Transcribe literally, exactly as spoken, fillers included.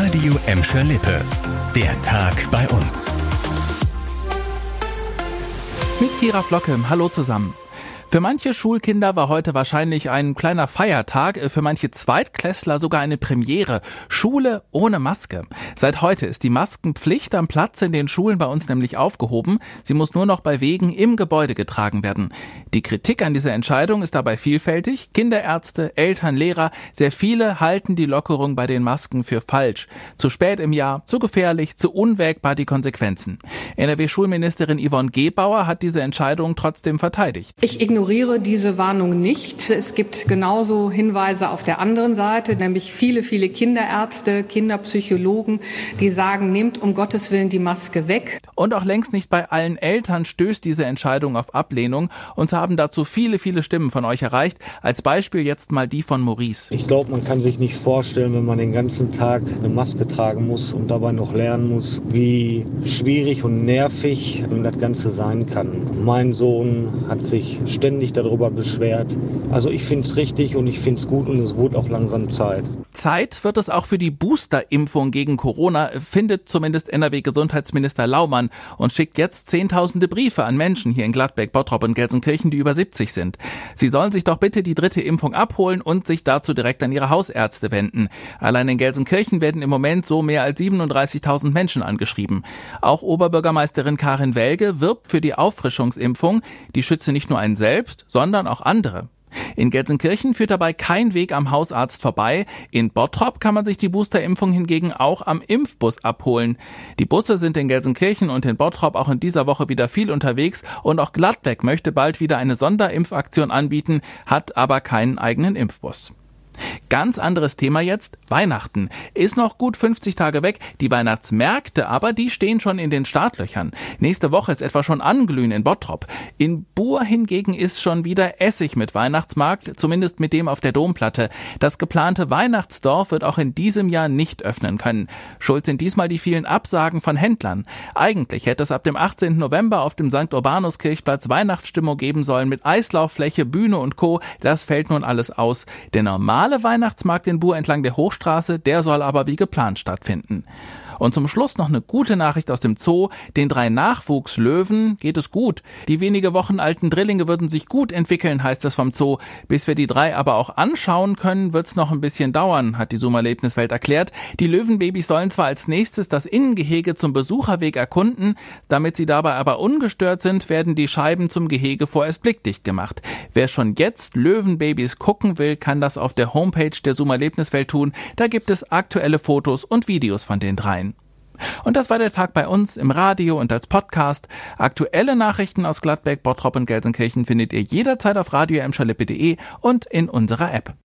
Radio Emscher Lippe. Der Tag bei uns. Mit Kira Flocke, hallo zusammen. Für manche Schulkinder war heute wahrscheinlich ein kleiner Feiertag, für manche Zweitklässler sogar eine Premiere. Schule ohne Maske. Seit heute ist die Maskenpflicht am Platz in den Schulen bei uns nämlich aufgehoben. Sie muss nur noch bei Wegen im Gebäude getragen werden. Die Kritik an dieser Entscheidung ist dabei vielfältig. Kinderärzte, Eltern, Lehrer, sehr viele halten die Lockerung bei den Masken für falsch. Zu spät im Jahr, zu gefährlich, zu unwägbar die Konsequenzen. N R W-Schulministerin Yvonne Gebauer hat diese Entscheidung trotzdem verteidigt. Ich ignoriere diese Warnung nicht. Es gibt genauso Hinweise auf der anderen Seite, nämlich viele, viele Kinderärzte, Kinderpsychologen, die sagen, nehmt um Gottes Willen die Maske weg. Und auch längst nicht bei allen Eltern stößt diese Entscheidung auf Ablehnung. Uns haben dazu viele, viele Stimmen von euch erreicht. Als Beispiel jetzt mal die von Maurice. Ich glaube, man kann sich nicht vorstellen, wenn man den ganzen Tag eine Maske tragen muss und dabei noch lernen muss, wie schwierig und nervig das Ganze sein kann. Mein Sohn hat sich ständig darüber beschwert. Also ich finde es richtig und ich finde es gut und es wurde auch langsam Zeit. Zeit wird es auch für die Booster-Impfung gegen Corona, findet zumindest N R W-Gesundheitsminister Laumann und schickt jetzt zehntausende Briefe an Menschen hier in Gladbeck, Bottrop und Gelsenkirchen, die über siebzig sind. Sie sollen sich doch bitte die dritte Impfung abholen und sich dazu direkt an ihre Hausärzte wenden. Allein in Gelsenkirchen werden im Moment so mehr als siebenunddreißigtausend Menschen angeschrieben. Auch Oberbürgermeisterin Karin Welge wirbt für die Auffrischungsimpfung. Die schütze nicht nur einen selbst, sondern auch andere. In Gelsenkirchen führt dabei kein Weg am Hausarzt vorbei. In Bottrop kann man sich die Boosterimpfung hingegen auch am Impfbus abholen. Die Busse sind in Gelsenkirchen und in Bottrop auch in dieser Woche wieder viel unterwegs und auch Gladbeck möchte bald wieder eine Sonderimpfaktion anbieten, hat aber keinen eigenen Impfbus. Ganz anderes Thema jetzt, Weihnachten. Ist noch gut fünfzig Tage weg, die Weihnachtsmärkte aber, die stehen schon in den Startlöchern. Nächste Woche ist etwa schon Anglühen in Bottrop. In Buhr hingegen ist schon wieder Essig mit Weihnachtsmarkt, zumindest mit dem auf der Domplatte. Das geplante Weihnachtsdorf wird auch in diesem Jahr nicht öffnen können. Schuld sind diesmal die vielen Absagen von Händlern. Eigentlich hätte es ab dem achtzehnten November auf dem Sankt Urbanus Kirchplatz Weihnachtsstimmung geben sollen mit Eislauffläche, Bühne und Co. Das fällt nun alles aus. Der normale Der Weihnachtsmarkt in Buhr entlang der Hochstraße, der soll aber wie geplant stattfinden. Und zum Schluss noch eine gute Nachricht aus dem Zoo. Den drei Nachwuchslöwen geht es gut. Die wenige Wochen alten Drillinge würden sich gut entwickeln, heißt es vom Zoo. Bis wir die drei aber auch anschauen können, wird's noch ein bisschen dauern, hat die Zoom-Erlebniswelt erklärt. Die Löwenbabys sollen zwar als nächstes das Innengehege zum Besucherweg erkunden, damit sie dabei aber ungestört sind, werden die Scheiben zum Gehege vorerst blickdicht gemacht. Wer schon jetzt Löwenbabys gucken will, kann das auf der Homepage der Zoom-Erlebniswelt tun. Da gibt es aktuelle Fotos und Videos von den dreien. Und das war der Tag bei uns im Radio und als Podcast. Aktuelle Nachrichten aus Gladbeck, Bottrop und Gelsenkirchen findet ihr jederzeit auf radio emscher lippe punkt de und in unserer App.